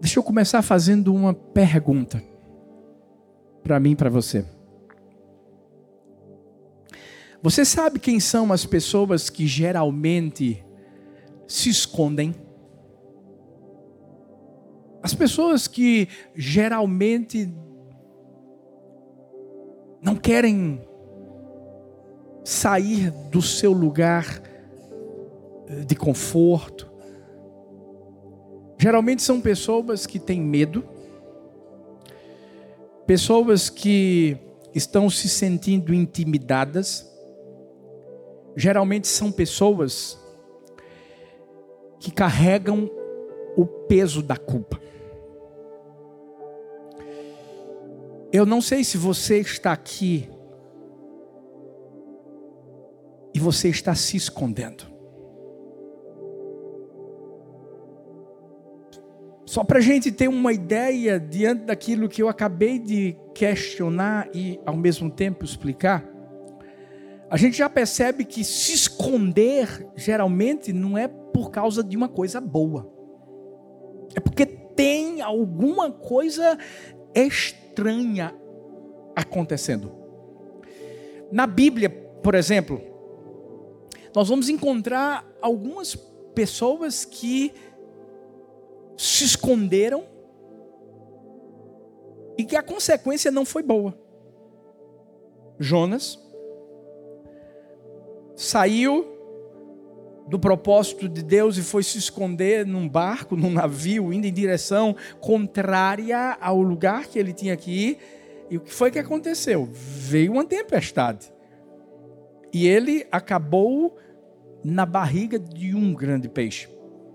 Deixa eu começar fazendo uma pergunta para mim e para você. Você sabe quem são as pessoas que geralmente se escondem? As pessoas que geralmente não querem sair do seu lugar de conforto. Geralmente são pessoas que têm medo, pessoas que estão se sentindo intimidadas. Geralmente são pessoas que carregam o peso da culpa. Eu não sei se você está aqui e você está se escondendo. Só para a gente ter uma ideia diante daquilo que eu acabei de questionar e ao mesmo tempo explicar, a gente já percebe que se esconder geralmente não é por causa de uma coisa boa. É porque tem alguma coisa estranha acontecendo. Na Bíblia, por exemplo, nós vamos encontrar algumas pessoas que se esconderam e que a consequência não foi boa. Jonas saiu do propósito de Deus e foi se esconder num barco, num navio, indo em direção contrária ao lugar que ele tinha que ir. E o que foi que aconteceu? Veio uma tempestade. E ele acabou na barriga de um grande peixe.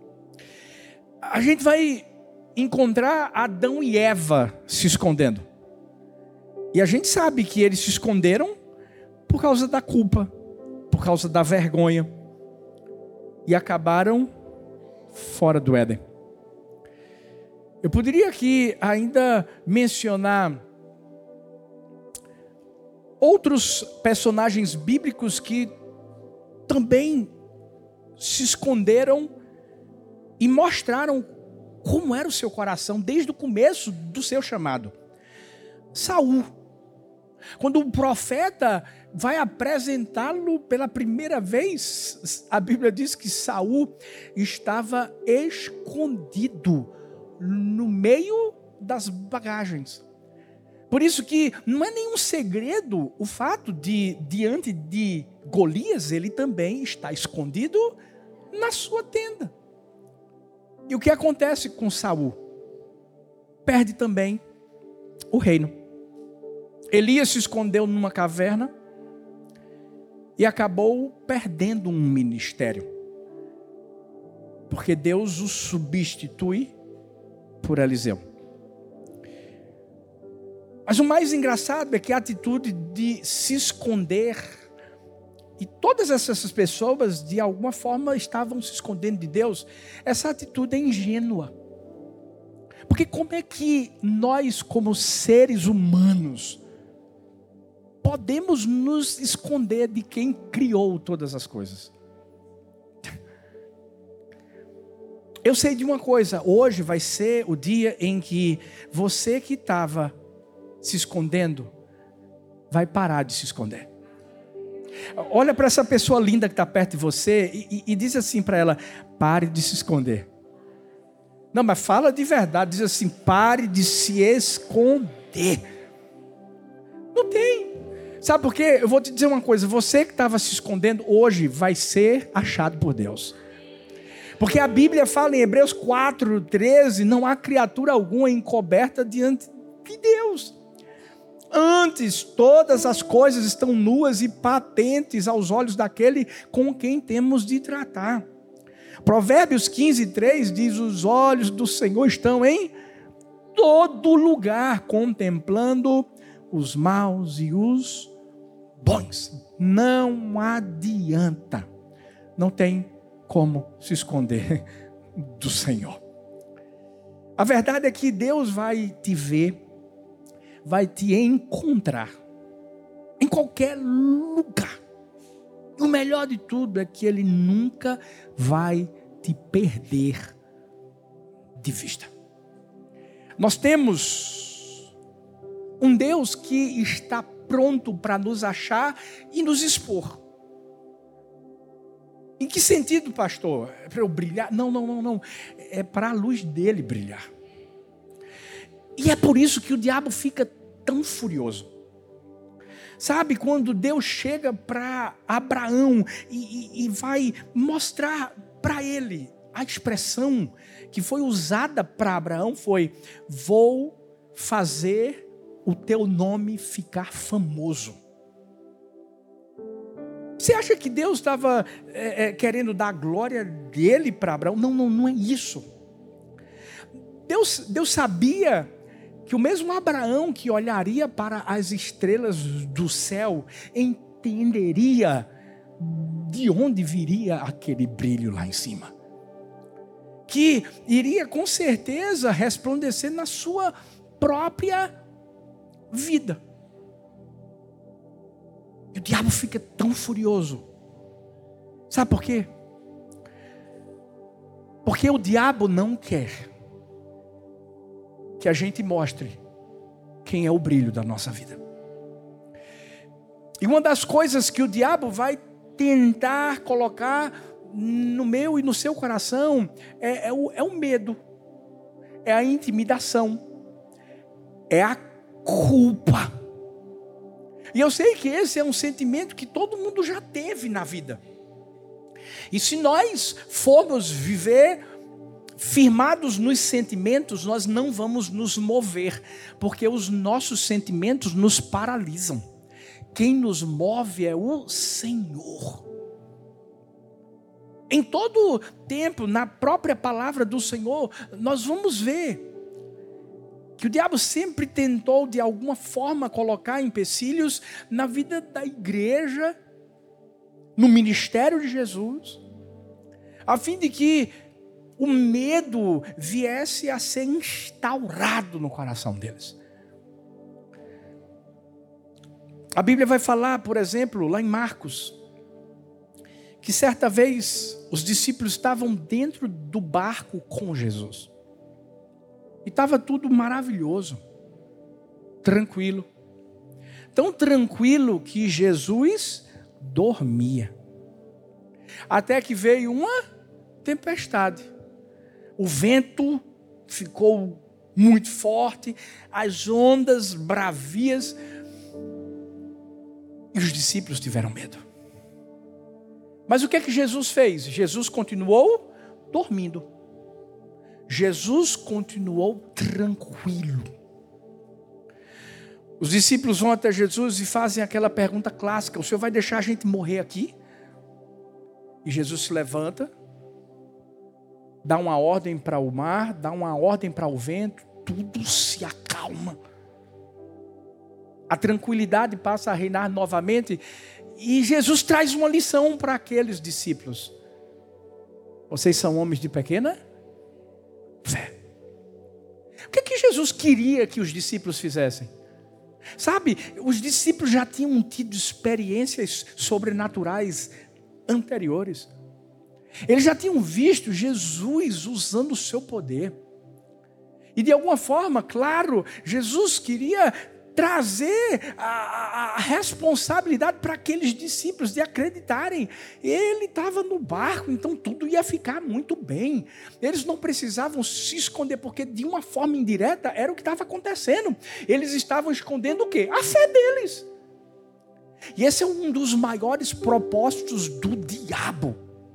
A gente vai encontrar Adão e Eva se escondendo. E a gente sabe que eles se esconderam por causa da culpa, por causa da vergonha. E acabaram fora do Éden. Eu poderia aqui ainda mencionar outros personagens bíblicos que também se esconderam e mostraram como era o seu coração desde o começo do seu chamado. Saul. Quando o profeta vai apresentá-lo pela primeira vez, a Bíblia diz que Saul estava escondido no meio das bagagens. Por isso que não é nenhum segredo o fato de, diante de Golias, ele também está escondido na sua tenda. E o que acontece com Saul? Perde também o reino. Elias se escondeu numa caverna e acabou perdendo um ministério. Porque Deus o substitui por Eliseu. Mas o mais engraçado é que a atitude de se esconder, e todas essas pessoas de alguma forma estavam se escondendo de Deus, essa atitude é ingênua. Porque como é que nós, como seres humanos, podemos nos esconder de quem criou todas as coisas? Eu sei de uma coisa, hoje vai ser o dia em que você que estava se escondendo, vai parar de se esconder. Olha para essa pessoa linda que está perto de você e diz assim para ela: pare de se esconder. Não, mas fala de verdade, diz assim: pare de se esconder. Não tem. Sabe por quê? Eu vou te dizer uma coisa, você que estava se escondendo hoje vai ser achado por Deus. Porque a Bíblia fala em Hebreus 4:13, não há criatura alguma encoberta diante de Deus. Antes, todas as coisas estão nuas e patentes aos olhos daquele com quem temos de tratar. Provérbios 15:3 diz: os olhos do Senhor estão em todo lugar, contemplando os maus e os bons. Não adianta. Não tem como se esconder do Senhor. A verdade é que Deus vai te ver, vai te encontrar em qualquer lugar. E o melhor de tudo é que Ele nunca vai te perder de vista. Nós temos um Deus que está pronto para nos achar e nos expor. Em que sentido, pastor? É para eu brilhar? Não. É para a luz dele brilhar. E é por isso que o diabo fica tão furioso. Sabe, quando Deus chega para Abraão e vai mostrar para ele, a expressão que foi usada para Abraão foi: vou fazer o teu nome ficar famoso. Você acha que Deus estava querendo dar a glória dele para Abraão? Não é isso. Deus sabia que o mesmo Abraão que olharia para as estrelas do céu entenderia de onde viria aquele brilho lá em cima. Que iria com certeza resplandecer na sua própria vida. E o diabo fica tão furioso. Sabe por quê? Porque o diabo não quer que a gente mostre quem é o brilho da nossa vida. E uma das coisas que o diabo vai tentar colocar no meu e no seu coração é o medo, é a intimidação, é a culpa. E eu sei que esse é um sentimento que todo mundo já teve na vida. E se nós formos viver firmados nos sentimentos, nós não vamos nos mover, porque os nossos sentimentos nos paralisam. Quem nos move é o Senhor. Em todo tempo, na própria palavra do Senhor, nós vamos ver que o diabo sempre tentou de alguma forma colocar empecilhos na vida da igreja, no ministério de Jesus, a fim de que o medo viesse a ser instaurado no coração deles. A Bíblia vai falar, por exemplo, lá em Marcos, que certa vez os discípulos estavam dentro do barco com Jesus. E estava tudo maravilhoso, tranquilo. Tão tranquilo que Jesus dormia. Até que veio uma tempestade. O vento ficou muito forte, as ondas bravias. E os discípulos tiveram medo. Mas o que é que Jesus fez? Jesus continuou dormindo. Jesus continuou tranquilo. Os discípulos vão até Jesus e fazem aquela pergunta clássica: o Senhor vai deixar a gente morrer aqui? E Jesus se levanta, dá uma ordem para o mar, dá uma ordem para o vento, tudo se acalma. A tranquilidade passa a reinar novamente. E Jesus traz uma lição para aqueles discípulos: vocês são homens de pequena fé. O que Jesus queria que os discípulos fizessem? Sabe, os discípulos já tinham tido experiências sobrenaturais anteriores. Eles já tinham visto Jesus usando o seu poder. E de alguma forma, claro, Jesus queria trazer a responsabilidade para aqueles discípulos de acreditarem. Ele estava no barco, então tudo ia ficar muito bem. Eles não precisavam se esconder, porque de uma forma indireta era o que estava acontecendo. Eles estavam escondendo o quê? A fé deles. E esse é um dos maiores propósitos do diabo: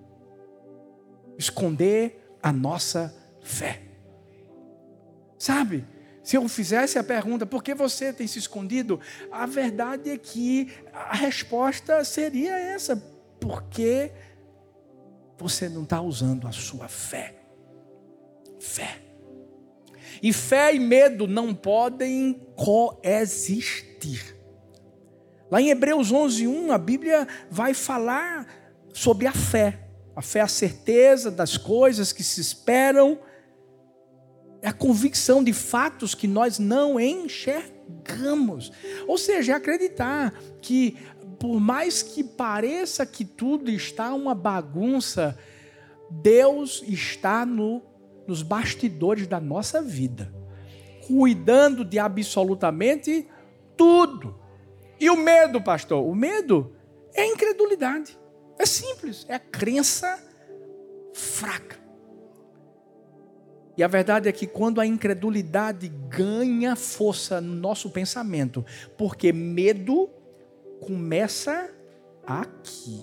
esconder a nossa fé. Sabe? Se eu fizesse a pergunta, por que você tem se escondido? A verdade é que a resposta seria essa: porque você não está usando a sua fé. Fé. E fé e medo não podem coexistir. Lá em Hebreus 11:1, a Bíblia vai falar sobre a fé. A fé é a certeza das coisas que se esperam. É a convicção de fatos que nós não enxergamos. Ou seja, é acreditar que, por mais que pareça que tudo está uma bagunça, Deus está nos bastidores da nossa vida, cuidando de absolutamente tudo. E o medo, pastor? O medo é a incredulidade. É simples, é a crença fraca. E a verdade é que quando a incredulidade ganha força no nosso pensamento, porque medo começa aqui.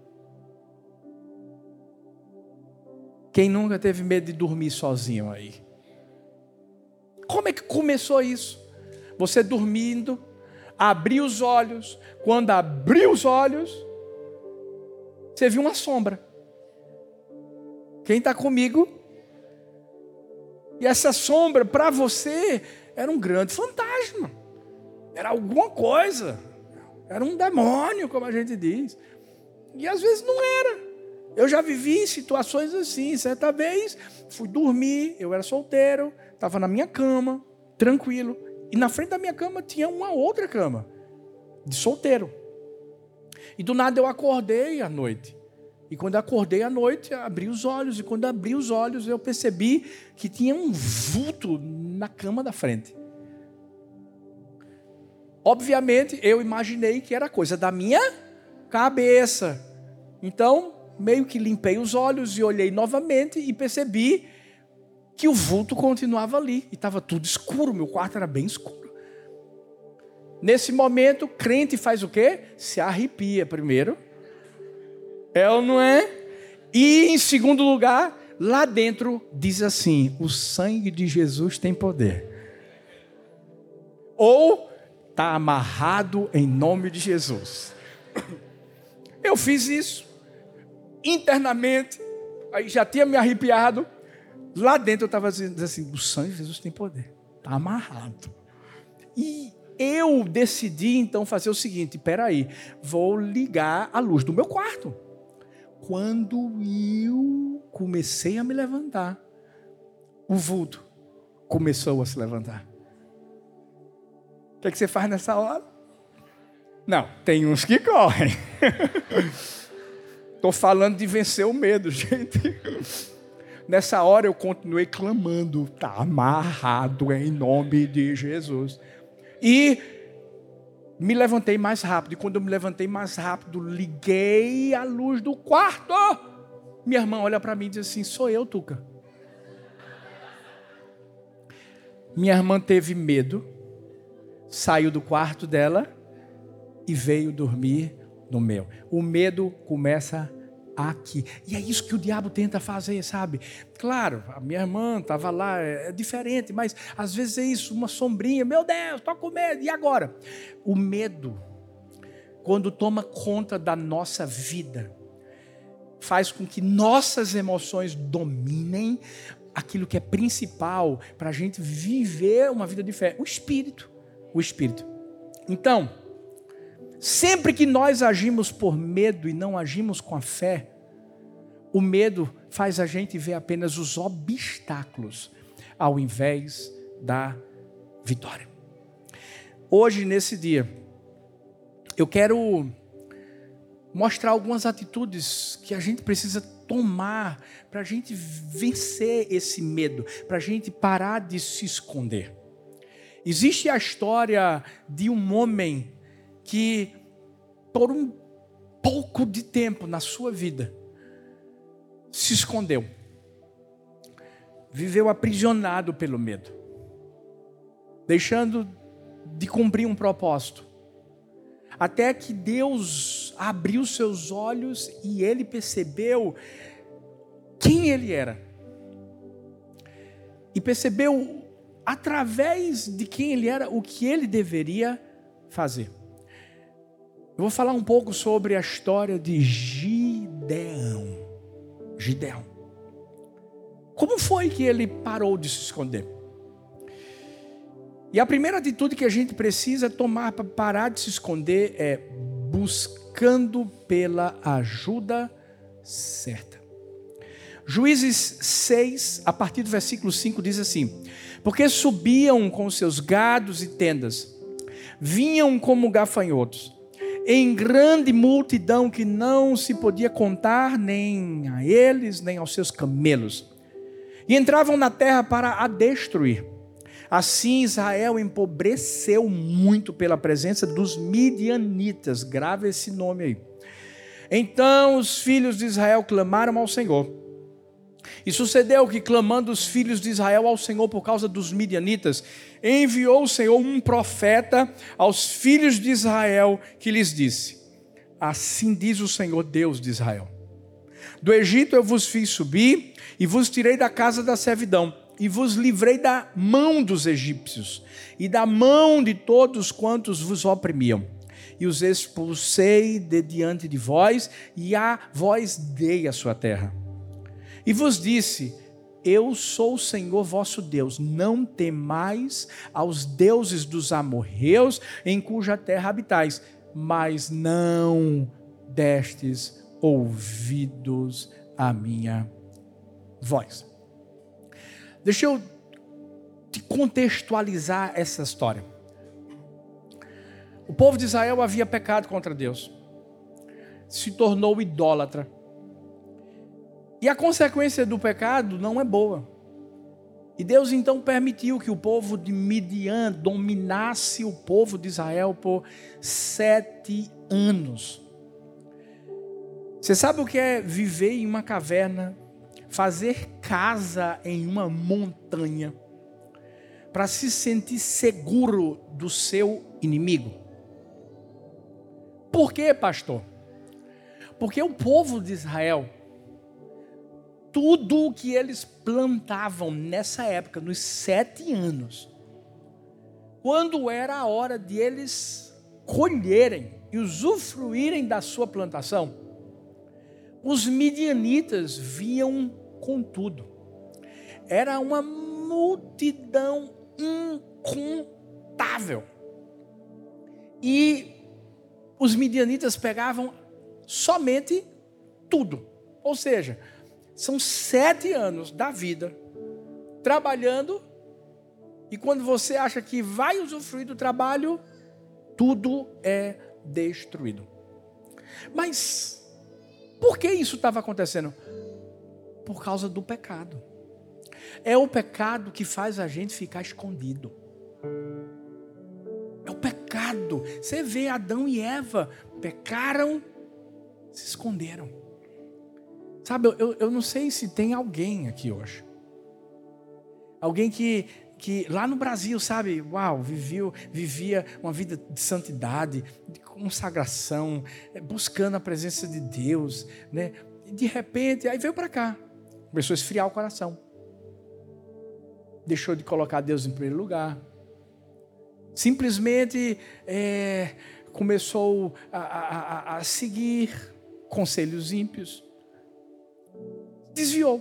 Quem nunca teve medo de dormir sozinho aí? Como é que começou isso? Você dormindo, abriu os olhos. Quando abriu os olhos, você viu uma sombra. Quem está comigo? E essa sombra, para você, era um grande fantasma. Era alguma coisa. Era um demônio, como a gente diz. E às vezes não era. Eu já vivi situações assim. Certa vez, fui dormir, eu era solteiro, estava na minha cama, tranquilo. E na frente da minha cama tinha uma outra cama, de solteiro. E do nada eu acordei à noite. E quando acordei à noite, abri os olhos. E quando abri os olhos, eu percebi que tinha um vulto na cama da frente. Obviamente, eu imaginei que era coisa da minha cabeça. Então, meio que limpei os olhos e olhei novamente e percebi que o vulto continuava ali. E estava tudo escuro, meu quarto era bem escuro. Nesse momento, o crente faz o quê? Se arrepia primeiro. É ou não é? E em segundo lugar, lá dentro diz assim: o sangue de Jesus tem poder. Ou está amarrado em nome de Jesus. Eu fiz isso internamente, aí já tinha me arrepiado. Lá dentro eu estava dizendo assim: o sangue de Jesus tem poder, está amarrado. E eu decidi então fazer o seguinte: peraí, vou ligar a luz do meu quarto. Quando eu comecei a me levantar, o vulto começou a se levantar. O que você faz nessa hora? Não, tem uns que correm. Estou falando de vencer o medo, gente. Nessa hora eu continuei clamando: está amarrado em nome de Jesus. E me levantei mais rápido. E quando eu me levantei mais rápido, liguei a luz do quarto. Minha irmã olha para mim e diz assim: sou eu, Tuca. Minha irmã teve medo, saiu do quarto dela e veio dormir no meu. O medo começa aqui. E é isso que o diabo tenta fazer, sabe? Claro, a minha irmã estava lá, é diferente, mas às vezes é isso, uma sombrinha. Meu Deus, estou com medo. E agora? O medo, quando toma conta da nossa vida, faz com que nossas emoções dominem aquilo que é principal para a gente viver uma vida de fé. O Espírito. Então, sempre que nós agimos por medo e não agimos com a fé, o medo faz a gente ver apenas os obstáculos, ao invés da vitória. Hoje, nesse dia, eu quero mostrar algumas atitudes que a gente precisa tomar para a gente vencer esse medo, para a gente parar de se esconder. Existe a história de um homem que, por um pouco de tempo na sua vida, se escondeu. Viveu aprisionado pelo medo, deixando de cumprir um propósito. Até que Deus abriu seus olhos e ele percebeu quem ele era. E percebeu, através de quem ele era, o que ele deveria fazer. Eu vou falar um pouco sobre a história de Gideão. Como foi que ele parou de se esconder? E a primeira atitude que a gente precisa tomar para parar de se esconder é buscando pela ajuda certa. Juízes 6, a partir do versículo 5, diz assim: porque subiam com seus gados e tendas, vinham como gafanhotos, em grande multidão que não se podia contar nem a eles, nem aos seus camelos. E entravam na terra para a destruir. Assim Israel empobreceu muito pela presença dos midianitas. Grave esse nome aí. Então os filhos de Israel clamaram ao Senhor. E sucedeu que, clamando os filhos de Israel ao Senhor por causa dos midianitas, enviou o Senhor um profeta aos filhos de Israel, que lhes disse: assim diz o Senhor Deus de Israel: do Egito eu vos fiz subir, e vos tirei da casa da servidão, e vos livrei da mão dos egípcios, e da mão de todos quantos vos oprimiam. E os expulsei de diante de vós, e a vós dei a sua terra. E vos disse: eu sou o Senhor vosso Deus, não temais aos deuses dos amorreus, em cuja terra habitais. Mas não destes ouvidos à minha voz. Deixa eu te contextualizar essa história. O povo de Israel havia pecado contra Deus, se tornou idólatra. E a consequência do pecado não é boa. E Deus então permitiu que o povo de Midian dominasse o povo de Israel por 7 anos. Você sabe o que é viver em uma caverna, fazer casa em uma montanha, para se sentir seguro do seu inimigo? Por quê, pastor? Porque o povo de Israel, tudo o que eles plantavam nessa época, nos 7 anos, quando era a hora de eles colherem e usufruírem da sua plantação, os midianitas vinham com tudo. Era uma multidão incontável. E os midianitas pegavam somente tudo. Ou seja, são 7 anos da vida trabalhando, e quando você acha que vai usufruir do trabalho, tudo é destruído. Mas por que isso estava acontecendo? Por causa do pecado. É o pecado que faz a gente ficar escondido. É o pecado. Você vê Adão e Eva, pecaram, se esconderam. Sabe, eu não sei se tem alguém aqui hoje. Alguém que lá no Brasil, sabe, vivia uma vida de santidade, de consagração, buscando a presença de Deus, né? E de repente, aí veio para cá, começou a esfriar o coração. Deixou de colocar Deus em primeiro lugar. Simplesmente começou a seguir conselhos ímpios. Desviou.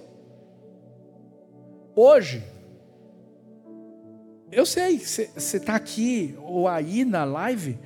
Hoje, eu sei, você está aqui ou aí na live,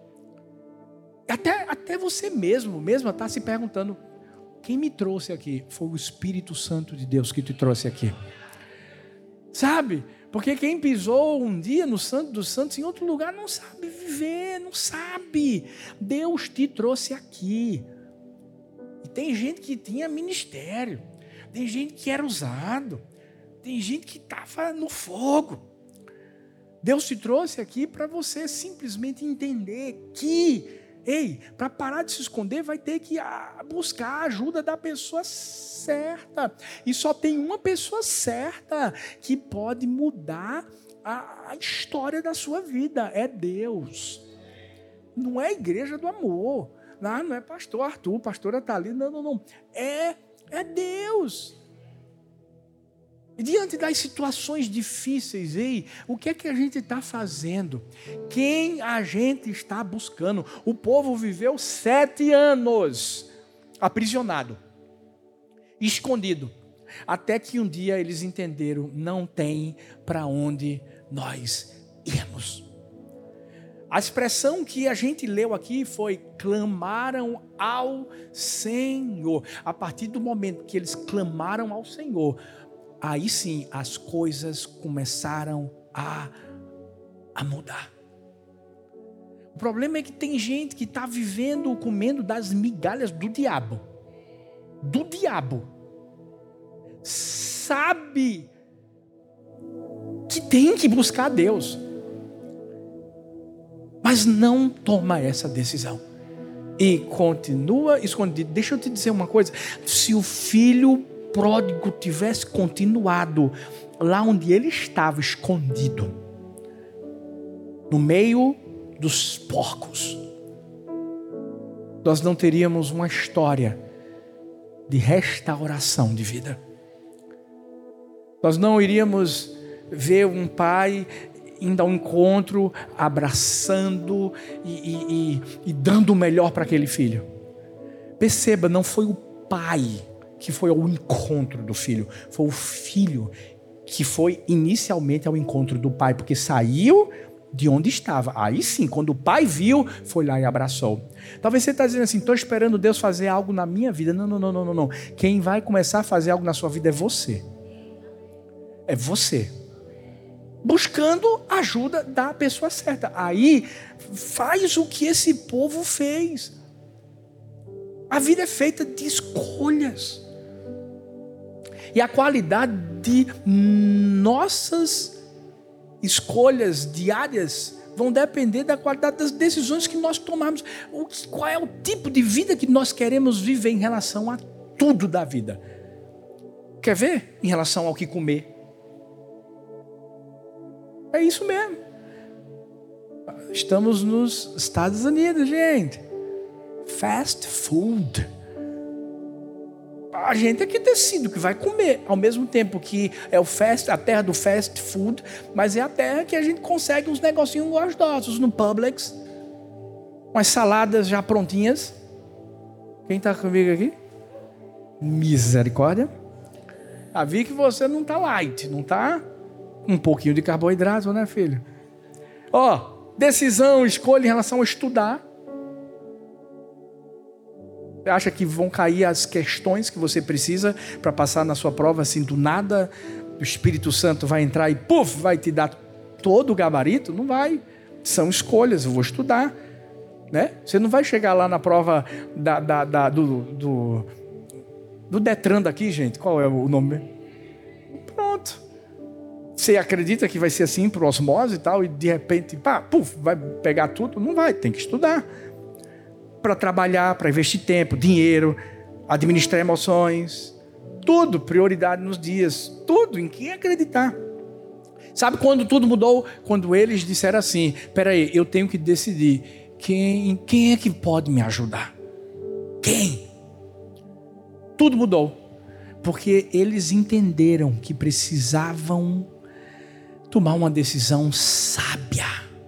até você mesma está se perguntando: quem me trouxe aqui? Foi o Espírito Santo de Deus que te trouxe aqui. Sabe? Porque quem pisou um dia no Santo dos Santos em outro lugar não sabe viver, não sabe. Deus te trouxe aqui. E tem gente que tinha ministério, tem gente que era usado, tem gente que estava no fogo. Deus te trouxe aqui para você simplesmente entender que, para parar de se esconder, vai ter que buscar a ajuda da pessoa certa. E só tem uma pessoa certa que pode mudar a história da sua vida. É Deus. Não é a igreja do amor. Não é pastor Arthur, pastora Thalita. Não. É Deus. E diante das situações difíceis, o que é que a gente está fazendo? Quem a gente está buscando? O povo viveu 7 anos aprisionado, escondido, até que um dia eles entenderam: não tem para onde nós irmos. A expressão que a gente leu aqui foi: clamaram ao Senhor. A partir do momento que eles clamaram ao Senhor, aí sim as coisas começaram a mudar. O problema é que tem gente que está vivendo, comendo das migalhas do diabo. Do diabo. Sabe que que tem que buscar a Deus. Mas não toma essa decisão. E continua escondido. Deixa eu te dizer uma coisa. Se o filho pródigo tivesse continuado lá onde ele estava, escondido, no meio dos porcos, nós não teríamos uma história de restauração de vida. Nós não iríamos ver um pai indo ao encontro, abraçando e dando o melhor para aquele filho. Perceba, não foi o pai que foi ao encontro do filho, foi o filho que foi inicialmente ao encontro do pai, porque saiu de onde estava. Aí sim, quando o pai viu, foi lá e abraçou. Talvez você está dizendo assim, estou esperando Deus fazer algo na minha vida. Não. Quem vai começar a fazer algo na sua vida é você. É você. Buscando a ajuda da pessoa certa. Aí, faz o que esse povo fez. A vida é feita de escolhas. E a qualidade de nossas escolhas diárias vão depender da qualidade das decisões que nós tomamos. Qual é o tipo de vida que nós queremos viver em relação a tudo da vida? Quer ver? Em relação ao que comer. É isso mesmo. Estamos nos Estados Unidos, gente. Fast food. A gente é que decide o que vai comer, ao mesmo tempo que é a terra do fast food, mas é a terra que a gente consegue uns negocinhos gostosos no Publix, umas saladas já prontinhas. Quem está comigo aqui? Misericórdia. Vi que você não está light, não está um pouquinho de carboidrato, né, filho? Decisão, escolha em relação a estudar. Você acha que vão cair as questões que você precisa para passar na sua prova, assim, do nada o Espírito Santo vai entrar e vai te dar todo o gabarito? Não vai. São escolhas, eu vou estudar, né? Você não vai chegar lá na prova do Detran daqui, gente. Qual é o nome? Pronto. Você acredita que vai ser assim por osmose e tal, e de repente, vai pegar tudo? Não vai, tem que estudar. Para trabalhar, para investir tempo, dinheiro, administrar emoções, tudo, prioridade nos dias, tudo, em quem acreditar. Sabe quando tudo mudou? Quando eles disseram assim, peraí, eu tenho que decidir, quem é que pode me ajudar? Quem? Tudo mudou, porque eles entenderam que precisavam tomar uma decisão sábia.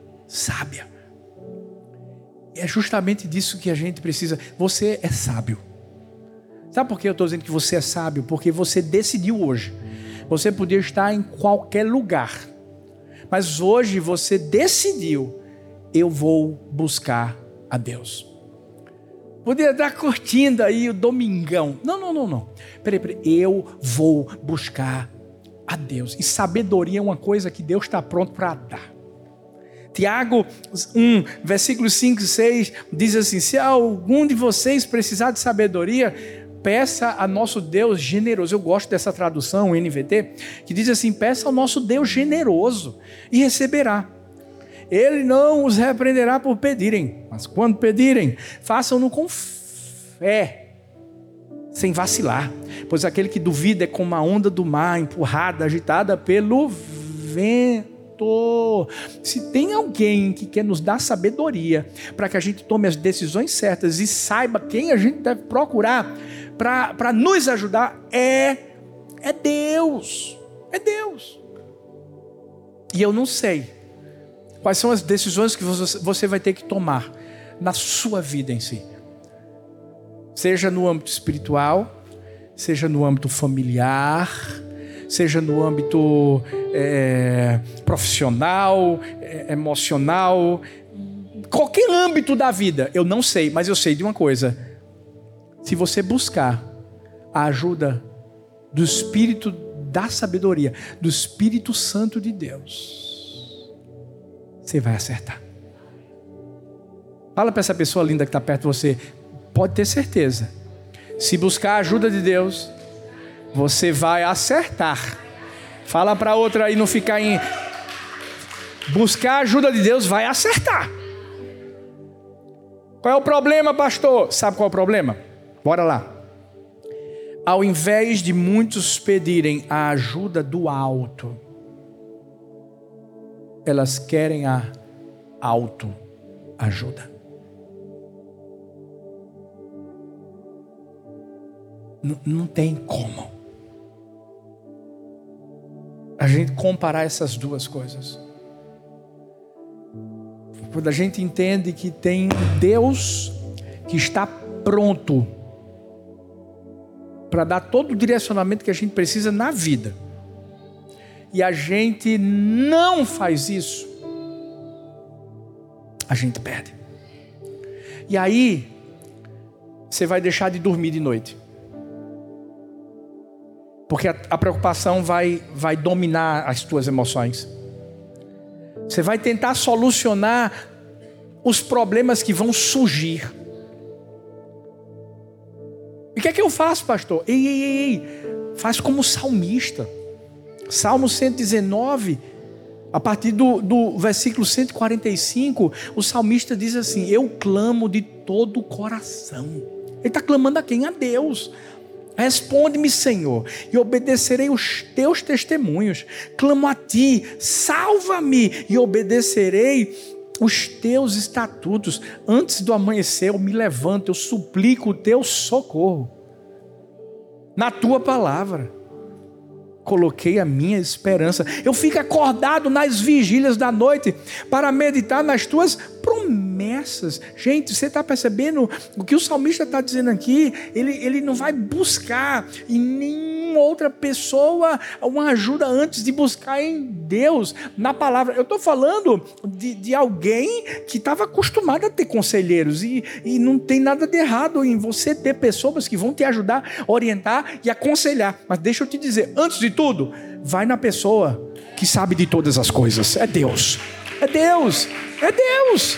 É justamente disso que a gente precisa. Você é sábio. Sabe por que eu estou dizendo que você é sábio? Porque você decidiu hoje. Você podia estar em qualquer lugar, mas hoje você decidiu, eu vou buscar a Deus. Podia estar curtindo aí o domingão. Não. Peraí. Eu vou buscar a Deus. E sabedoria é uma coisa que Deus está pronto para dar. Tiago 1, versículos 5 e 6, diz assim, se algum de vocês precisar de sabedoria, peça a nosso Deus generoso. Eu gosto dessa tradução, NVT, que diz assim, peça ao nosso Deus generoso e receberá. Ele não os repreenderá por pedirem, mas quando pedirem, façam-no com fé, sem vacilar. Pois aquele que duvida é como a onda do mar, empurrada, agitada pelo vento. Se tem alguém que quer nos dar sabedoria para que a gente tome as decisões certas e saiba quem a gente deve procurar para nos ajudar, é Deus. É Deus. E eu não sei quais são as decisões que você vai ter que tomar na sua vida em si. Seja no âmbito espiritual, seja no âmbito familiar, seja no âmbito profissional, emocional, qualquer âmbito da vida. Eu não sei, mas eu sei de uma coisa. Se você buscar a ajuda do Espírito da sabedoria, do Espírito Santo de Deus, você vai acertar. Fala para essa pessoa linda que está perto de você, pode ter certeza, se buscar a ajuda de Deus, você vai acertar. Fala para outra aí não ficar Buscar a ajuda de Deus vai acertar. Qual é o problema, pastor? Sabe qual é o problema? Bora lá. Ao invés de muitos pedirem a ajuda do alto, elas querem a autoajuda. Não tem como a gente comparar essas duas coisas. Quando a gente entende que tem Deus que está pronto para dar todo o direcionamento que a gente precisa na vida, e a gente não faz isso, a gente perde. E aí você vai deixar de dormir de noite, porque a preocupação vai dominar as tuas emoções. Você vai tentar solucionar os problemas que vão surgir. E o que é que eu faço, pastor? Ei, faz como o salmista. Salmo 119, a partir do versículo 145, o salmista diz assim: eu clamo de todo o coração. Ele está clamando a quem? A Deus. Responde-me, Senhor, e obedecerei os teus testemunhos. Clamo a ti, salva-me, e obedecerei os teus estatutos. Antes do amanhecer eu me levanto, eu suplico o teu socorro. Na tua palavra coloquei a minha esperança. Eu fico acordado nas vigílias da noite para meditar nas tuas promessas. Gente, você está percebendo o que o salmista está dizendo aqui? Ele não vai buscar em nenhuma outra pessoa uma ajuda antes de buscar em Deus, na palavra. Eu estou falando de alguém que estava acostumado a ter conselheiros, e não tem nada de errado em você ter pessoas que vão te ajudar, orientar e aconselhar. Mas deixa eu te dizer, antes de tudo, vai na pessoa que sabe de todas as coisas. É Deus. É Deus. É Deus.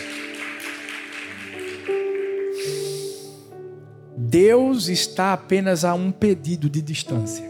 Deus está apenas a um pedido de distância.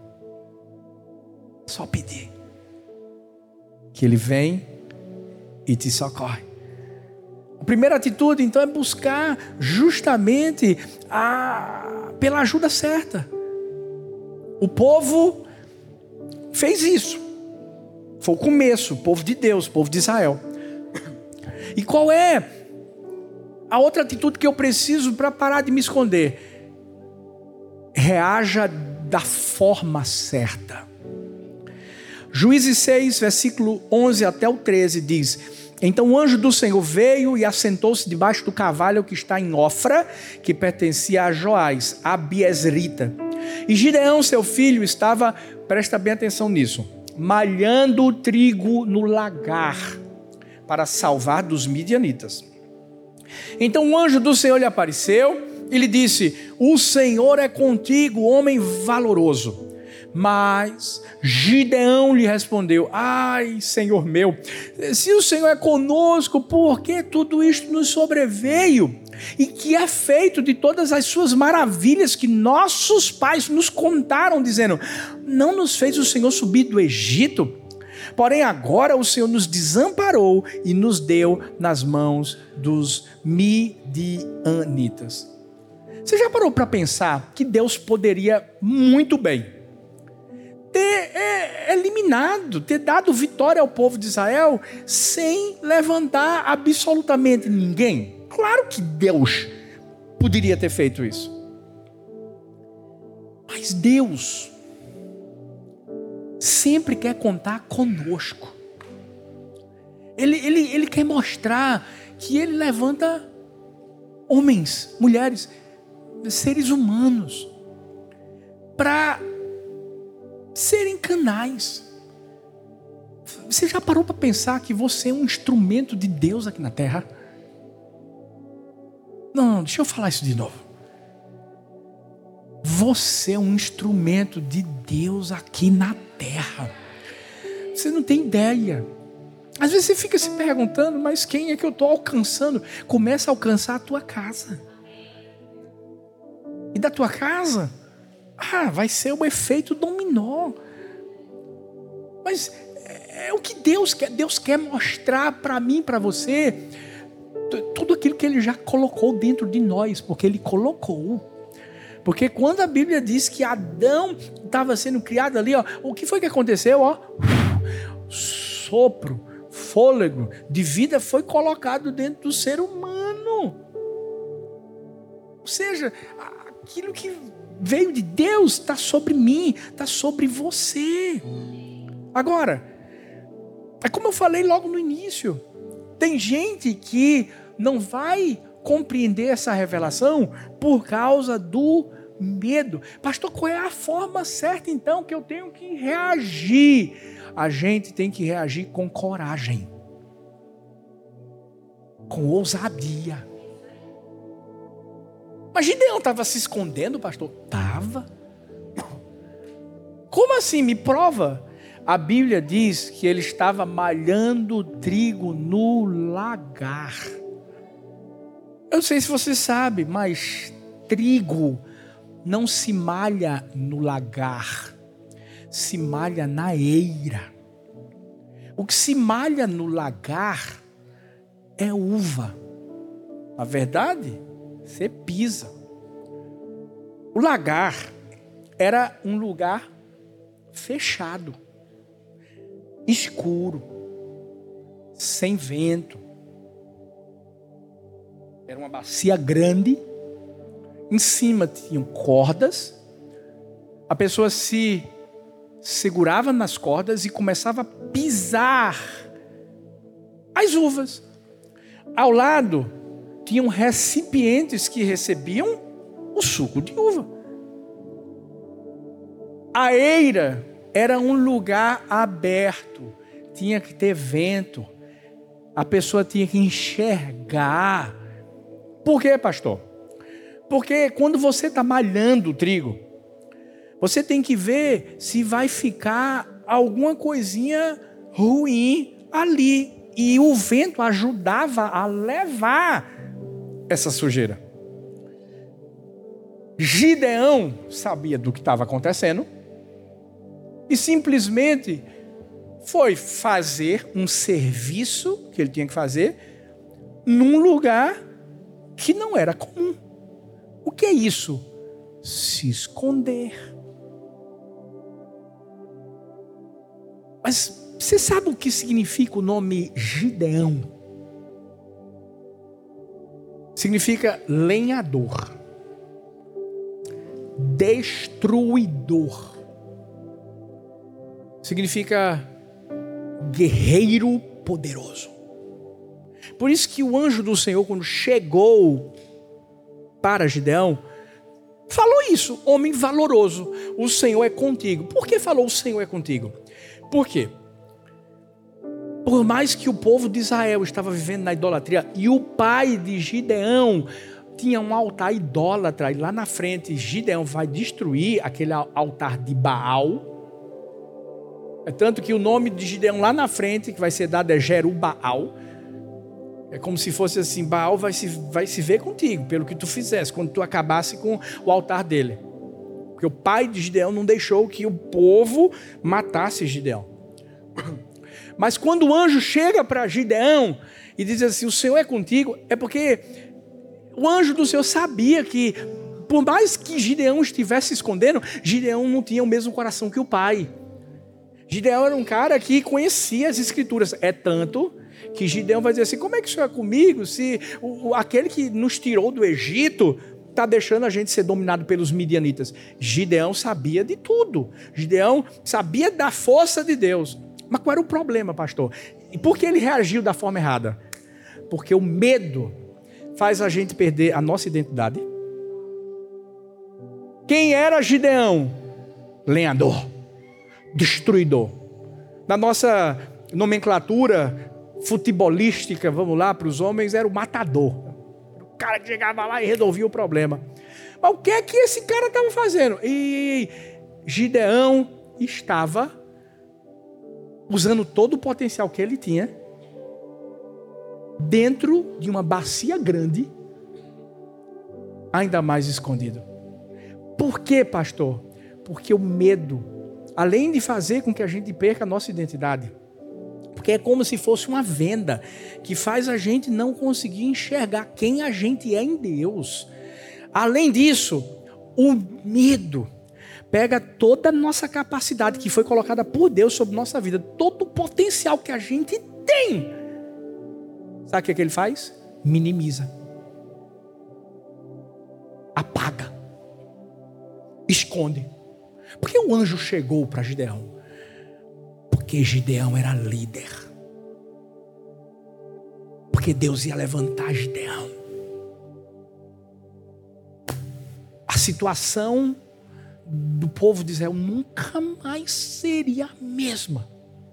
Só pedir que Ele vem e te socorre. A primeira atitude, então, é buscar justamente pela ajuda certa. O povo fez isso. Foi o começo, o povo de Deus, o povo de Israel. E qual é a outra atitude que eu preciso para parar de me esconder? Reaja da forma certa. Juízes 6, versículo 11 até o 13 diz: então o anjo do Senhor veio e assentou-se debaixo do carvalho que está em Ofra, que pertencia a Joás, a Biezrita. E Gideão, seu filho, estava, presta bem atenção nisso, malhando o trigo no lagar para salvar dos midianitas. Então o anjo do Senhor lhe apareceu e lhe disse: o Senhor é contigo, homem valoroso. Mas Gideão lhe respondeu: ai, Senhor meu, se o Senhor é conosco, por que tudo isto nos sobreveio? E que é feito de todas as suas maravilhas que nossos pais nos contaram, dizendo: não nos fez o Senhor subir do Egito? Porém agora o Senhor nos desamparou e nos deu nas mãos dos midianitas. Você já parou para pensar que Deus poderia muito bem ter eliminado, ter dado vitória ao povo de Israel sem levantar absolutamente ninguém? Claro que Deus poderia ter feito isso. Mas Deus sempre quer contar conosco. Ele quer mostrar que Ele levanta homens, mulheres, seres humanos para serem canais. Você já parou para pensar que você é um instrumento de Deus aqui na terra? Não, deixa eu falar isso de novo. Você é um instrumento de Deus aqui na terra. Você não tem ideia. Às vezes você fica se perguntando: mas quem é que eu estou alcançando? Começa a alcançar a tua casa. E da tua casa, vai ser o efeito dominó. Mas É o que Deus quer. Deus quer mostrar para mim, para você, tudo aquilo que Ele já colocou dentro de nós, porque Ele colocou. Porque quando a Bíblia diz que Adão estava sendo criado ali, ó, o que foi que aconteceu? Ó? Sopro, fôlego de vida foi colocado dentro do ser humano. Ou seja, aquilo que veio de Deus está sobre mim, está sobre você. Agora, é como eu falei logo no início, tem gente que não vai compreender essa revelação por causa do medo. Pastor, qual é a forma certa então que eu tenho que reagir? A gente tem que reagir com coragem, com ousadia. Mas Gideão estava se escondendo, pastor? Estava. Como assim? Me prova. A Bíblia diz que ele estava malhando trigo no lagar. Eu não sei se você sabe, mas trigo não se malha no lagar, se malha na eira. O que se malha no lagar é uva. Na verdade, você pisa. O lagar era um lugar fechado, escuro, sem vento. Era uma bacia grande, em cima tinham cordas, a pessoa se segurava nas cordas e começava a pisar as uvas. Ao lado, tinham recipientes que recebiam o suco de uva. A eira era um lugar aberto, tinha que ter vento, a pessoa tinha que enxergar. Por quê, pastor? Porque quando você está malhando o trigo, você tem que ver se vai ficar alguma coisinha ruim ali. E o vento ajudava a levar essa sujeira. Gideão sabia do que estava acontecendo e simplesmente foi fazer um serviço que ele tinha que fazer num lugar que não era comum. O que é isso? Se esconder. Mas você sabe o que significa o nome Gideão? Significa lenhador, destruidor. Significa guerreiro poderoso. Por isso que o anjo do Senhor, quando chegou para Gideão, falou isso: homem valoroso, o Senhor é contigo. Por que falou o Senhor é contigo? Por quê? Por mais que o povo de Israel estava vivendo na idolatria, e o pai de Gideão tinha um altar idólatra, e lá na frente Gideão vai destruir aquele altar de Baal. É tanto que o nome de Gideão lá na frente, que vai ser dado, é Jerubaal. É como se fosse assim: Baal vai se ver contigo, pelo que tu fizesse, quando tu acabasse com o altar dele. Porque o pai de Gideão não deixou que o povo matasse Gideão. Mas quando o anjo chega para Gideão e diz assim: o Senhor é contigo, é porque o anjo do Senhor sabia que, por mais que Gideão estivesse se escondendo, Gideão não tinha o mesmo coração que o pai. Gideão era um cara que conhecia as escrituras. É tanto que Gideão vai dizer assim: como é que o Senhor é comigo se aquele que nos tirou do Egito está deixando a gente ser dominado pelos midianitas? Gideão sabia de tudo. Gideão sabia da força de Deus. Mas qual era o problema, pastor? E por que ele reagiu da forma errada? Porque o medo faz a gente perder a nossa identidade. Quem era Gideão? Lenhador, destruidor. Na nossa nomenclatura futebolística, vamos lá, para os homens, era o matador. O cara que chegava lá e resolvia o problema. Mas o que é que esse cara estava fazendo? E Gideão estava usando todo o potencial que ele tinha dentro de uma bacia grande, ainda mais escondido. Por quê, pastor? Porque o medo, além de fazer com que a gente perca a nossa identidade, Porque é como se fosse uma venda que faz a gente não conseguir enxergar quem a gente é em Deus. Além disso, o medo pega toda a nossa capacidade que foi colocada por Deus sobre nossa vida, todo o potencial que a gente tem. Sabe o que ele faz? Minimiza. Apaga. Esconde. Por que o anjo chegou para Gideão? Porque Gideão era líder. Porque Deus ia levantar Gideão. A situação do povo de Israel nunca mais seria a mesma.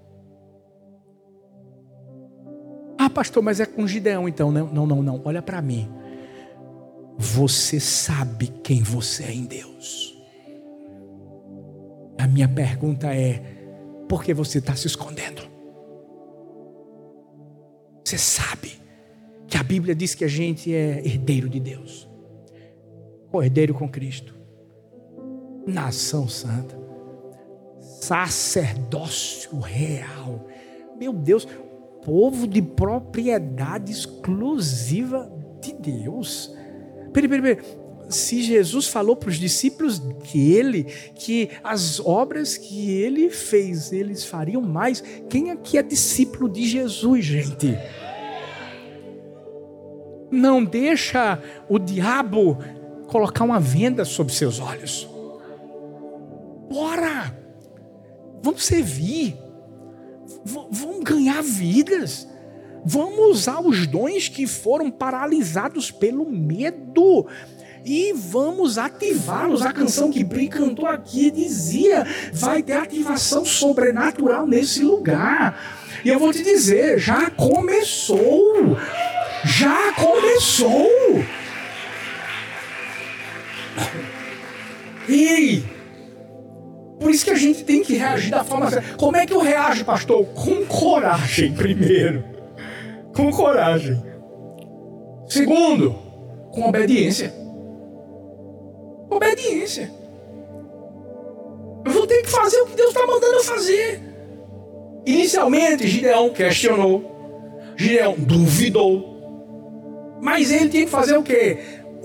Ah, pastor, mas é com Gideão então. Não. Olha para mim. Você sabe quem você é em Deus. A minha pergunta é: por que você está se escondendo? Você sabe que a Bíblia diz que a gente é herdeiro de Deus. Herdeiro com Cristo. Nação santa. Sacerdócio real. Meu Deus, povo de propriedade exclusiva de Deus. Peraí. Se Jesus falou para os discípulos dele que as obras que ele fez, eles fariam mais, quem aqui é discípulo de Jesus, gente? Não deixa o diabo colocar uma venda sobre seus olhos. Bora! Vamos servir. Vamos ganhar vidas. Vamos usar os dons que foram paralisados pelo medo. E vamos ativá-los. A canção que Bri cantou aqui dizia: vai ter ativação sobrenatural nesse lugar. E eu vou te dizer, já começou. Já começou. Ei! Por isso que a gente tem que reagir da forma certa. Como é que eu reajo, pastor? Com coragem, primeiro. Com coragem. Segundo, com obediência. Obediência. Eu vou ter que fazer o que Deus está mandando eu fazer. Inicialmente, Gideão questionou. Gideão duvidou. Mas ele tinha que fazer o quê?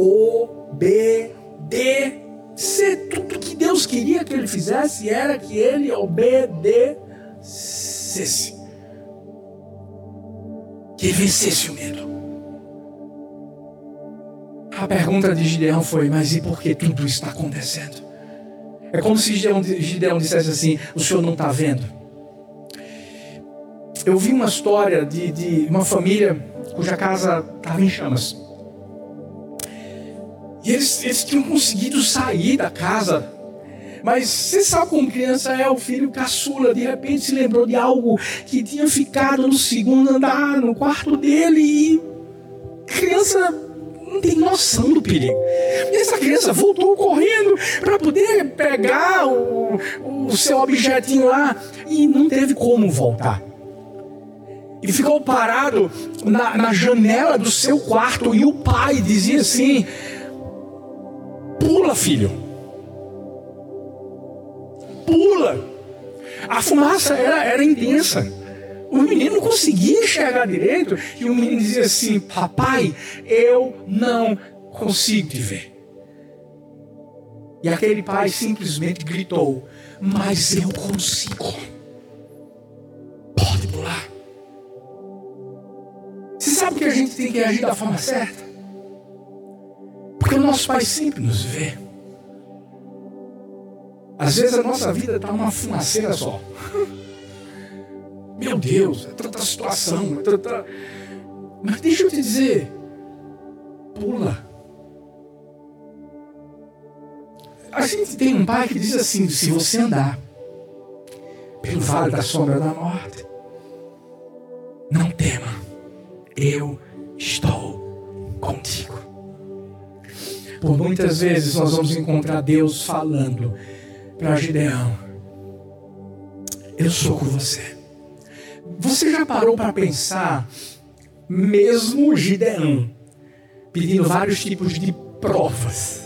Obedecer. Tudo que Deus queria que ele fizesse era que ele obedecesse. Que ele vencesse o medo. A pergunta de Gideão foi: mas e por que tudo isso está acontecendo? É como se Gideão dissesse assim: o senhor não está vendo? Eu vi uma história de uma família cuja casa estava em chamas. E eles tinham conseguido sair da casa. Mas você sabe como criança é, o filho caçula, de repente se lembrou de algo que tinha ficado no segundo andar, no quarto dele, e criança não tem noção do perigo. E essa criança voltou correndo para poder pegar o seu objetinho lá e não teve como voltar. E ficou parado na janela do seu quarto e o pai dizia assim: pula, filho. Pula. A fumaça era intensa. O menino não conseguia enxergar direito. E o menino dizia assim: papai, eu não consigo te ver. E aquele pai simplesmente gritou: mas eu consigo. Pode pular. Você sabe que a gente tem que agir da forma certa? Porque o nosso pai sempre nos vê. Às vezes a nossa vida está uma fumaceira só. Meu Deus, é tanta situação, é tanta... Mas deixa eu te dizer, pula. A gente tem um pai que diz assim: se você andar pelo vale da sombra da morte, não tema, eu estou contigo. Por muitas vezes nós vamos encontrar Deus falando para Gideão: eu sou com você. Você já parou para pensar, mesmo Gideão pedindo vários tipos de provas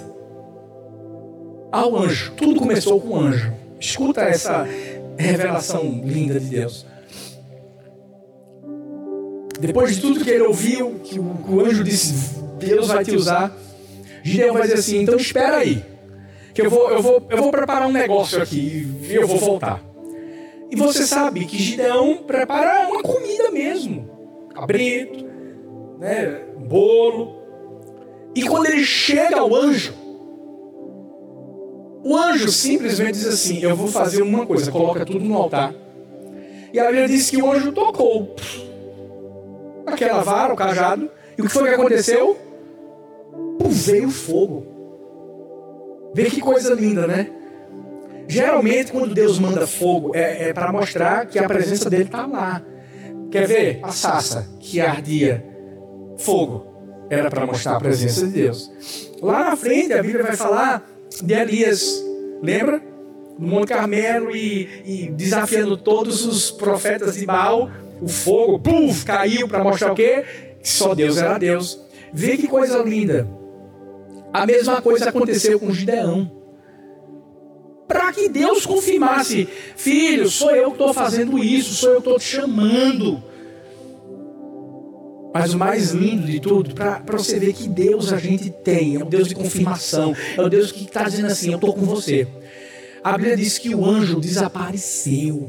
ao anjo? Tudo começou com o anjo. Escuta essa revelação linda de Deus. Depois de tudo que ele ouviu, que o anjo disse, Deus vai te usar, Gideão vai dizer assim, então espera aí, que eu vou preparar um negócio aqui e eu vou voltar. E você sabe que Gideão prepara uma comida mesmo, cabrito, né, bolo. E quando ele chega ao anjo, o anjo simplesmente diz assim, eu vou fazer uma coisa, coloca tudo no altar. E a Bíblia diz que o anjo tocou aquela vara, o cajado, e o que foi que aconteceu? Veio fogo. Vê que coisa linda, né? Geralmente quando Deus manda fogo é para mostrar que a presença dele está lá. Quer ver? A sarça que ardia fogo era para mostrar a presença de Deus. Lá na frente a Bíblia vai falar de Elias, lembra? No Monte Carmelo e desafiando todos os profetas de Baal, o fogo caiu para mostrar o quê? Que só Deus era Deus. Vê que coisa linda. A mesma coisa aconteceu com Gideão. Para que Deus confirmasse, filho, sou eu que estou fazendo isso, sou eu que estou te chamando. Mas o mais lindo de tudo, para você ver que Deus a gente tem, é um Deus de confirmação, é o Deus que está dizendo assim, eu estou com você. A Bíblia diz que o anjo desapareceu.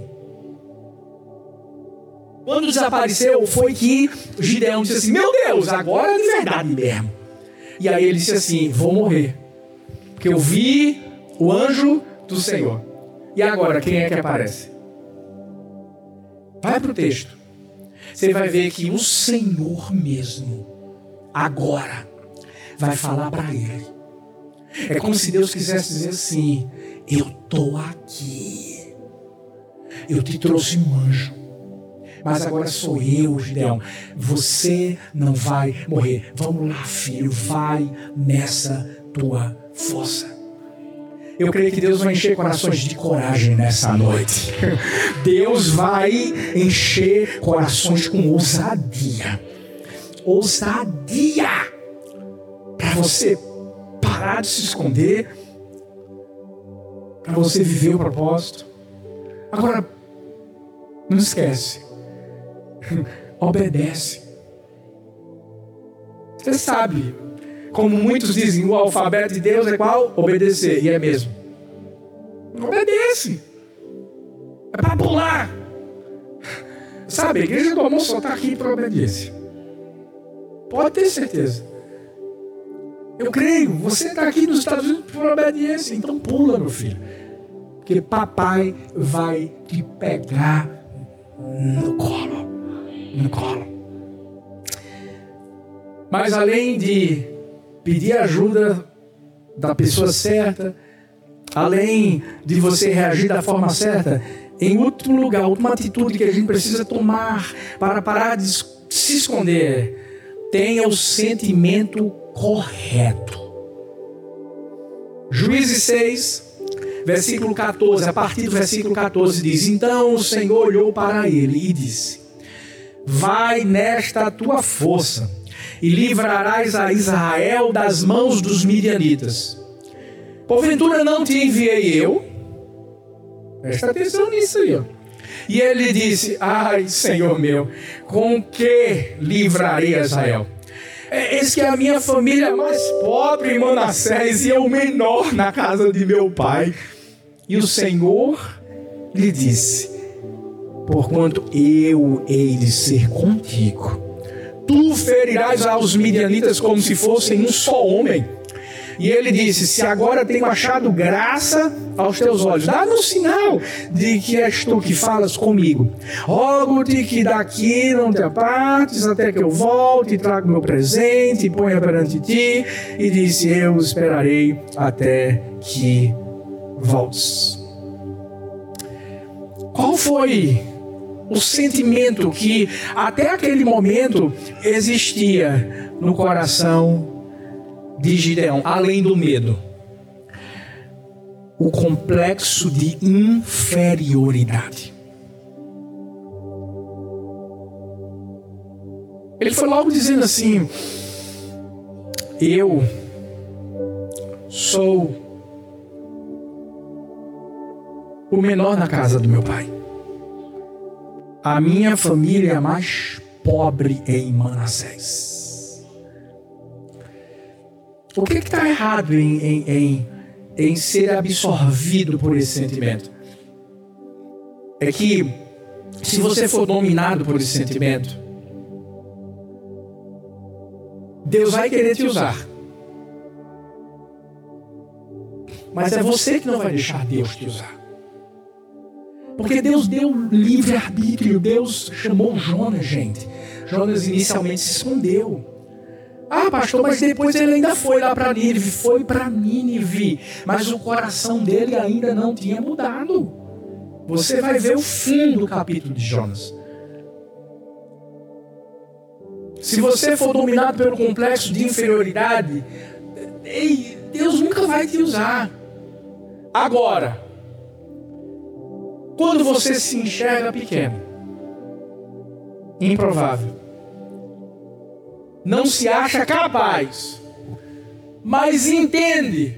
Quando desapareceu, foi que Gideão disse assim, meu Deus, agora é de verdade mesmo. E aí ele disse assim, vou morrer, porque eu vi o anjo do Senhor. E agora, quem é que aparece? Vai para o texto. Você vai ver que o Senhor mesmo, agora, vai falar para ele. É como se Deus quisesse dizer assim, eu estou aqui. Eu te trouxe um anjo. Mas agora sou eu, Gideão. Você não vai morrer. Vamos lá, filho. Vai nessa tua força. Eu creio que Deus vai encher corações de coragem nessa noite. Deus vai encher corações com ousadia. Ousadia. Para você parar de se esconder. Para você viver o propósito. Agora, não esquece. Obedece. Você sabe, como muitos dizem, o alfabeto de Deus é qual? Obedecer, e é mesmo. Obedece. É para pular. Sabe, a igreja do amor só está aqui para obediência. Pode ter certeza. Eu creio, você está aqui nos Estados Unidos por obediência, então pula, meu filho. Porque papai vai te pegar no colo. No colo. Mas além de pedir ajuda da pessoa certa, além de você reagir da forma certa, em último lugar, a última atitude que a gente precisa tomar para parar de se esconder, tenha o sentimento correto. Juízes 6, versículo 14, a partir do versículo 14 diz, então o Senhor olhou para ele e disse, vai nesta tua força e livrarás a Israel das mãos dos midianitas. Porventura não te enviei eu? Presta atenção nisso aí, ó. E ele disse, ai Senhor meu, com que livrarei Israel? Eis que a minha família é mais pobre em Manassés e é o menor na casa de meu pai. E o Senhor lhe disse, porquanto eu hei de ser contigo, tu ferirás aos midianitas como se fossem um só homem. E ele disse, se agora tenho achado graça aos teus olhos, dá-me um sinal de que és tu que falas comigo. Rogo-te que daqui não te apartes até que eu volte e traga o meu presente e ponha perante ti. E disse, eu esperarei até que voltes. Qual foi o sentimento que até aquele momento existia no coração de Gideão, além do medo? O complexo de inferioridade. Ele foi logo dizendo assim, eu sou o menor na casa do meu pai. A minha família é a mais pobre em Manassés. O que está errado em ser absorvido por esse sentimento? É que, se você for dominado por esse sentimento, Deus vai querer te usar. Mas é você que não vai deixar Deus te usar. Porque Deus deu livre-arbítrio. Deus chamou Jonas, gente. Jonas inicialmente se escondeu. Ah, pastor, mas depois ele ainda foi lá para Nínive. Foi para Nínive. Mas o coração dele ainda não tinha mudado. Você vai ver o fim do capítulo de Jonas. Se você for dominado pelo complexo de inferioridade, Deus nunca vai te usar. Agora, quando você se enxerga pequeno, improvável, não se acha capaz, mas entende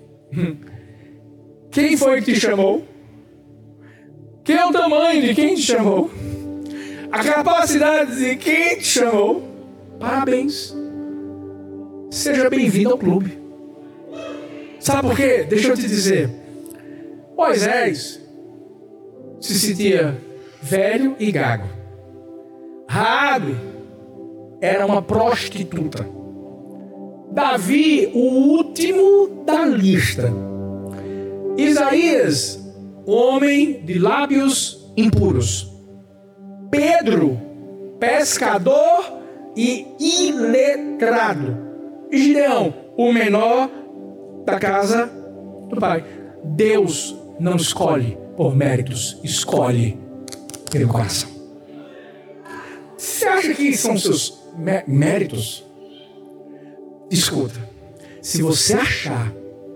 quem foi que te chamou, quem é o tamanho de quem te chamou, a capacidade de quem te chamou, parabéns, seja bem-vindo ao clube. Sabe por quê? Deixa eu te dizer. Moisés se sentia velho e gago. Raabe era uma prostituta. Davi, o último da lista. Isaías, homem de lábios impuros. Pedro, pescador e iletrado. E Gideão, o menor da casa do pai. Deus não escolhe por méritos, escolhe pelo coração. Você acha que são seus méritos? Escuta, se você achar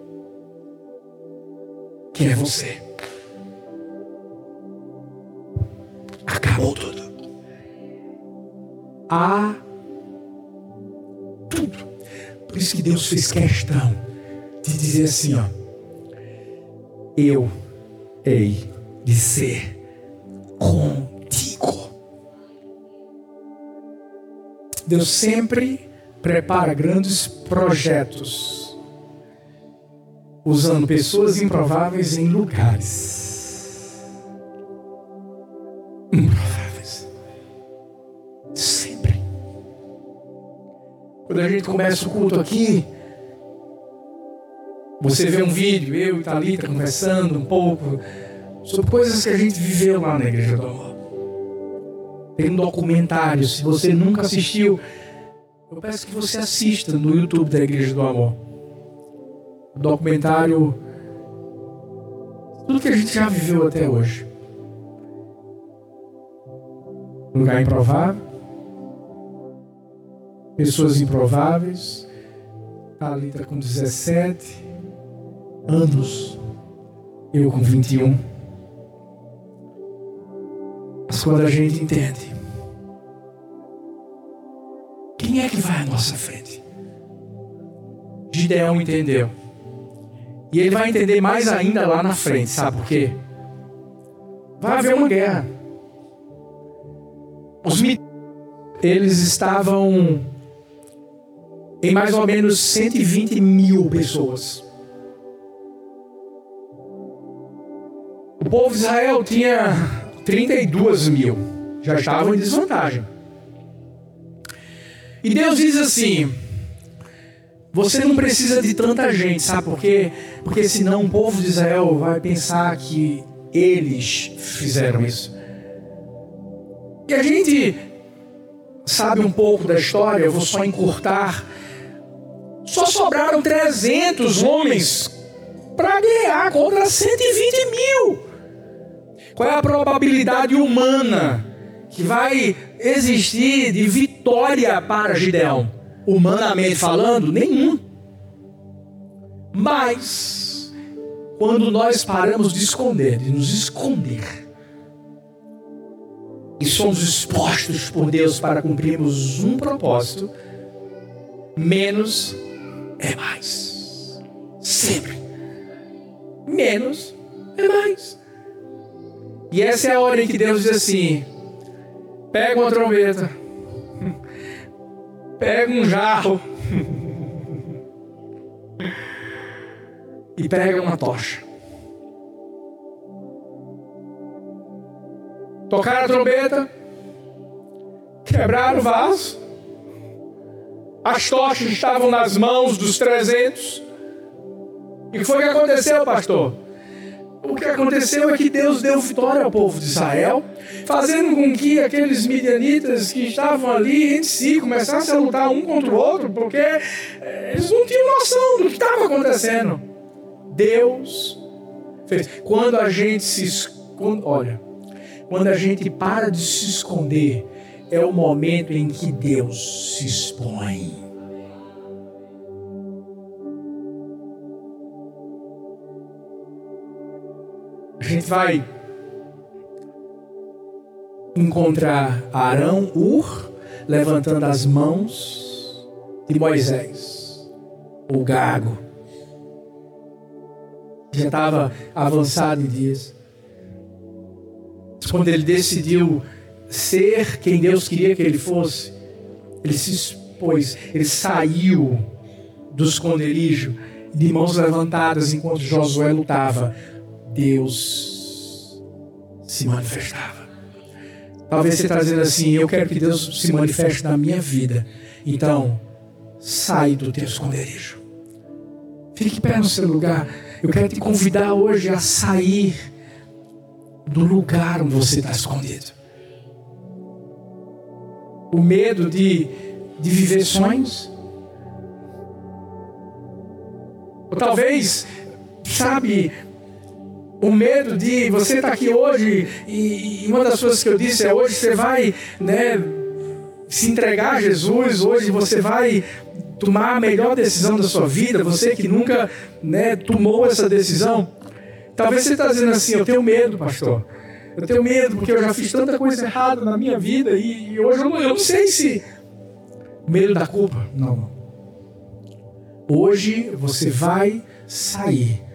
que é você, acabou tudo. Há tudo. Por isso que Deus fez questão de dizer assim, ó: eu hei de ser contigo. Deus sempre prepara grandes projetos usando pessoas improváveis em lugares improváveis. Sempre. Quando a gente começa o culto aqui, você vê um vídeo, eu e Thalita conversando um pouco sobre coisas que a gente viveu lá na Igreja do Amor. Tem um documentário, se você nunca assistiu, eu peço que você assista no YouTube da Igreja do Amor. O documentário, tudo que a gente já viveu até hoje. Lugar improvável, pessoas improváveis. Thalita com 17 anos, eu com 21. Mas quando a gente entende quem é que vai à nossa frente, Gideão entendeu. E ele vai entender mais ainda lá na frente, sabe por quê? Vai haver uma guerra. Eles estavam em mais ou menos 120 mil pessoas. O povo de Israel tinha 32 mil. Já estavam em desvantagem. E Deus diz assim: você não precisa de tanta gente, sabe por quê? Porque senão o povo de Israel vai pensar que eles fizeram isso. E a gente sabe um pouco da história, eu vou só encurtar. Só sobraram 300 homens para guerrear contra 120 mil. Qual é a probabilidade humana que vai existir de vitória para Gideão? Humanamente falando, nenhum. Mas, quando nós paramos de nos esconder, e somos expostos por Deus para cumprirmos um propósito, menos é mais. Sempre. Menos é mais. E essa é a hora em que Deus diz assim: pega uma trombeta, pega um jarro e pega uma tocha. Tocaram a trombeta, quebraram o vaso, as tochas estavam nas mãos dos 300. E o que foi que aconteceu, pastor? O que aconteceu é que Deus deu vitória ao povo de Israel, fazendo com que aqueles midianitas que estavam ali entre si começassem a lutar um contra o outro, porque eles não tinham noção do que estava acontecendo. Deus fez. Quando a gente se esconde, olha, quando a gente para de se esconder, é o momento em que Deus se expõe. A gente vai encontrar Arão, levantando as mãos de Moisés, o gago. Já estava avançado em dias. Quando ele decidiu ser quem Deus queria que ele fosse, ele se expôs, ele saiu do esconderijo de mãos levantadas enquanto Josué lutava. Deus se manifestava. Talvez você está dizendo assim: eu quero que Deus se manifeste na minha vida. Então, sai do teu esconderijo. Fique pé no seu lugar. Eu quero te convidar hoje a sair do lugar onde você está escondido. O medo de viver sonhos. Ou talvez, sabe, o medo de você estar aqui hoje e uma das coisas que eu disse é: hoje você vai, se entregar a Jesus, hoje você vai tomar a melhor decisão da sua vida, você que nunca tomou essa decisão. Talvez você está dizendo assim: eu tenho medo, pastor, eu tenho medo porque eu já fiz tanta coisa errada na minha vida e hoje eu não sei se... Medo da culpa? Não. Hoje você vai sair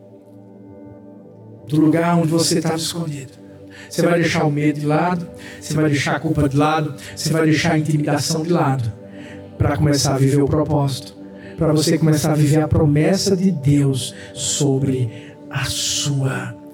do lugar onde você estava escondido. Você vai deixar o medo de lado, você vai deixar a culpa de lado, você vai deixar a intimidação de lado, para começar a viver o propósito, para você começar a viver a promessa de Deus sobre a sua